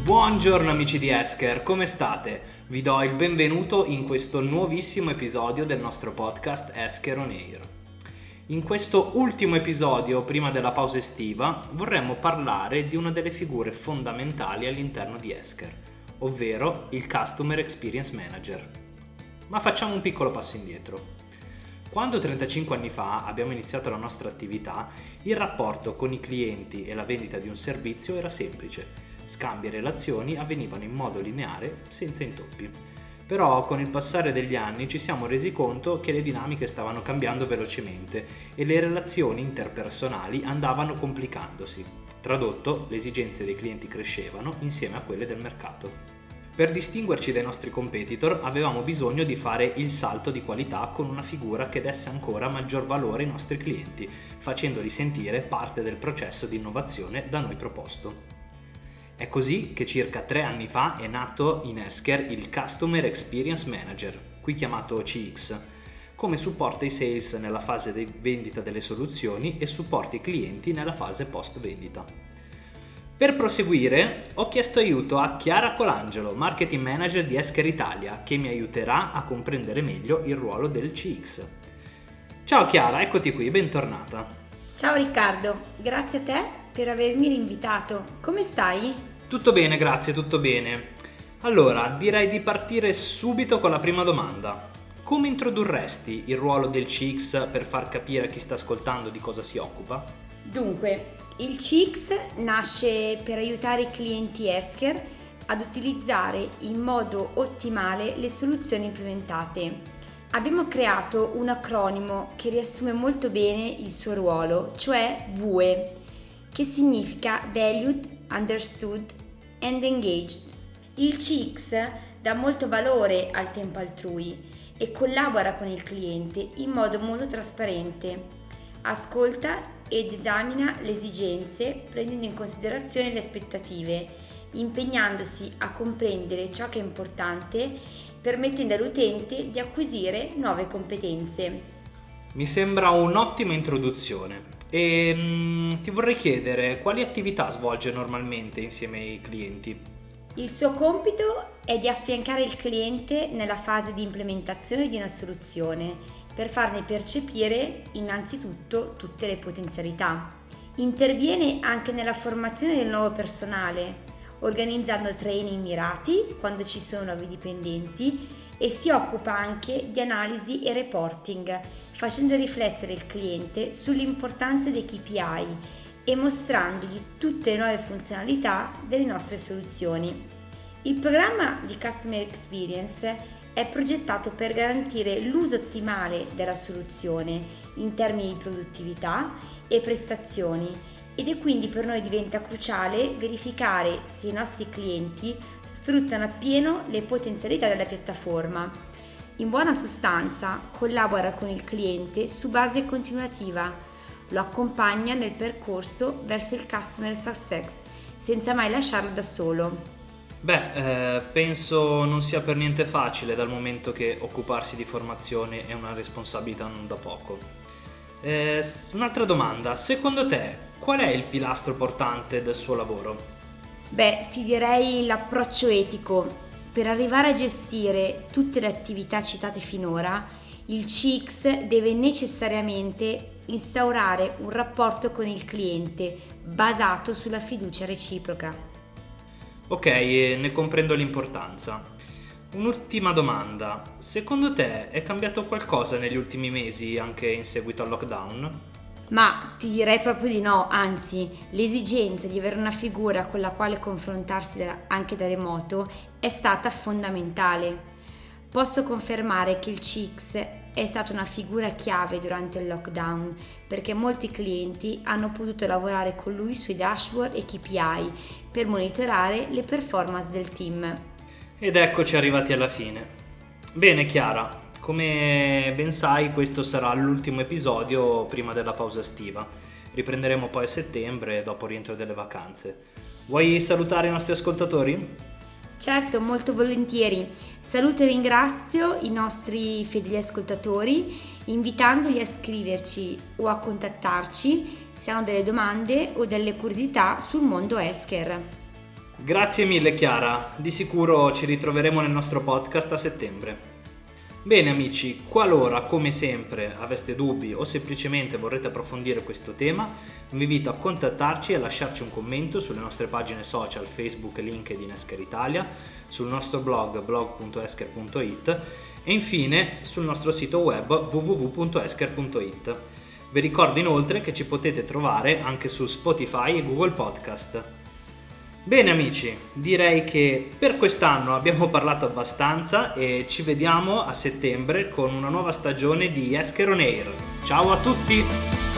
Buongiorno amici di Esker, come state? Vi do il benvenuto in questo nuovissimo episodio del nostro podcast Esker On Air. In questo ultimo episodio, prima della pausa estiva, vorremmo parlare di una delle figure fondamentali all'interno di Esker, ovvero il Customer Experience Manager. Ma facciamo un piccolo passo indietro. Quando 35 anni fa abbiamo iniziato la nostra attività, il rapporto con i clienti e la vendita di un servizio era semplice. Scambi e relazioni avvenivano in modo lineare, senza intoppi. Però con il passare degli anni ci siamo resi conto che le dinamiche stavano cambiando velocemente e le relazioni interpersonali andavano complicandosi. Tradotto, le esigenze dei clienti crescevano insieme a quelle del mercato. Per distinguerci dai nostri competitor avevamo bisogno di fare il salto di qualità con una figura che desse ancora maggior valore ai nostri clienti, facendoli sentire parte del processo di innovazione da noi proposto. È così che circa 3 anni fa è nato in Esker il Customer Experience Manager, qui chiamato CX, come supporta i sales nella fase di vendita delle soluzioni e supporta i clienti nella fase post vendita. Per proseguire ho chiesto aiuto a Chiara Colangelo, Marketing Manager di Esker Italia, che mi aiuterà a comprendere meglio il ruolo del CX. Ciao Chiara, eccoti qui, bentornata. Ciao Riccardo, grazie a te per avermi invitato. Come stai? Tutto bene, grazie, tutto bene. Allora, direi di partire subito con la prima domanda. Come introdurresti il ruolo del CX per far capire a chi sta ascoltando di cosa si occupa? Dunque, il CX nasce per aiutare i clienti Esker ad utilizzare in modo ottimale le soluzioni implementate. Abbiamo creato un acronimo che riassume molto bene il suo ruolo, cioè VUE, che significa Valued, Understood and Engaged. Il CX dà molto valore al tempo altrui e collabora con il cliente in modo molto trasparente. Ascolta ed esamina le esigenze prendendo in considerazione le aspettative, impegnandosi a comprendere ciò che è importante, permettendo all'utente di acquisire nuove competenze. Mi sembra un'ottima introduzione e ti vorrei chiedere quali attività svolge normalmente insieme ai clienti? Il suo compito è di affiancare il cliente nella fase di implementazione di una soluzione per farne percepire innanzitutto tutte le potenzialità. Interviene anche nella formazione del nuovo personale, organizzando training mirati quando ci sono nuovi dipendenti e si occupa anche di analisi e reporting, facendo riflettere il cliente sull'importanza dei KPI e mostrandogli tutte le nuove funzionalità delle nostre soluzioni. Il programma di Customer Experience è progettato per garantire l'uso ottimale della soluzione in termini di produttività e prestazioni ed è quindi per noi diventa cruciale verificare se i nostri clienti sfruttano appieno le potenzialità della piattaforma. In buona sostanza, collabora con il cliente su base continuativa, lo accompagna nel percorso verso il Customer Success, senza mai lasciarlo da solo. Penso non sia per niente facile dal momento che occuparsi di formazione è una responsabilità non da poco. Un'altra domanda, secondo te qual è il pilastro portante del suo lavoro? Ti direi l'approccio etico. Per arrivare a gestire tutte le attività citate finora, il CX deve necessariamente instaurare un rapporto con il cliente basato sulla fiducia reciproca. Ok, ne comprendo l'importanza. Un'ultima domanda, secondo te è cambiato qualcosa negli ultimi mesi anche in seguito al lockdown? Ma ti direi proprio di no, anzi, l'esigenza di avere una figura con la quale confrontarsi anche da remoto è stata fondamentale. Posso confermare che il CX è stata una figura chiave durante il lockdown perché molti clienti hanno potuto lavorare con lui sui dashboard e KPI per monitorare le performance del team. Ed eccoci arrivati alla fine. Bene Chiara, come ben sai questo sarà l'ultimo episodio prima della pausa estiva. Riprenderemo poi a settembre dopo il rientro delle vacanze. Vuoi salutare i nostri ascoltatori? Certo, molto volentieri. Saluto e ringrazio i nostri fedeli ascoltatori, invitandoli a scriverci o a contattarci se hanno delle domande o delle curiosità sul mondo Esker. Grazie mille Chiara, di sicuro ci ritroveremo nel nostro podcast a settembre. Bene amici, qualora come sempre aveste dubbi o semplicemente vorrete approfondire questo tema, vi invito a contattarci e a lasciarci un commento sulle nostre pagine social Facebook e LinkedIn Esker Italia, sul nostro blog blog.esker.it e infine sul nostro sito web www.esker.it. Vi ricordo inoltre che ci potete trovare anche su Spotify e Google Podcast. Bene amici, direi che per quest'anno abbiamo parlato abbastanza e ci vediamo a settembre con una nuova stagione di Esker On Air. Ciao a tutti!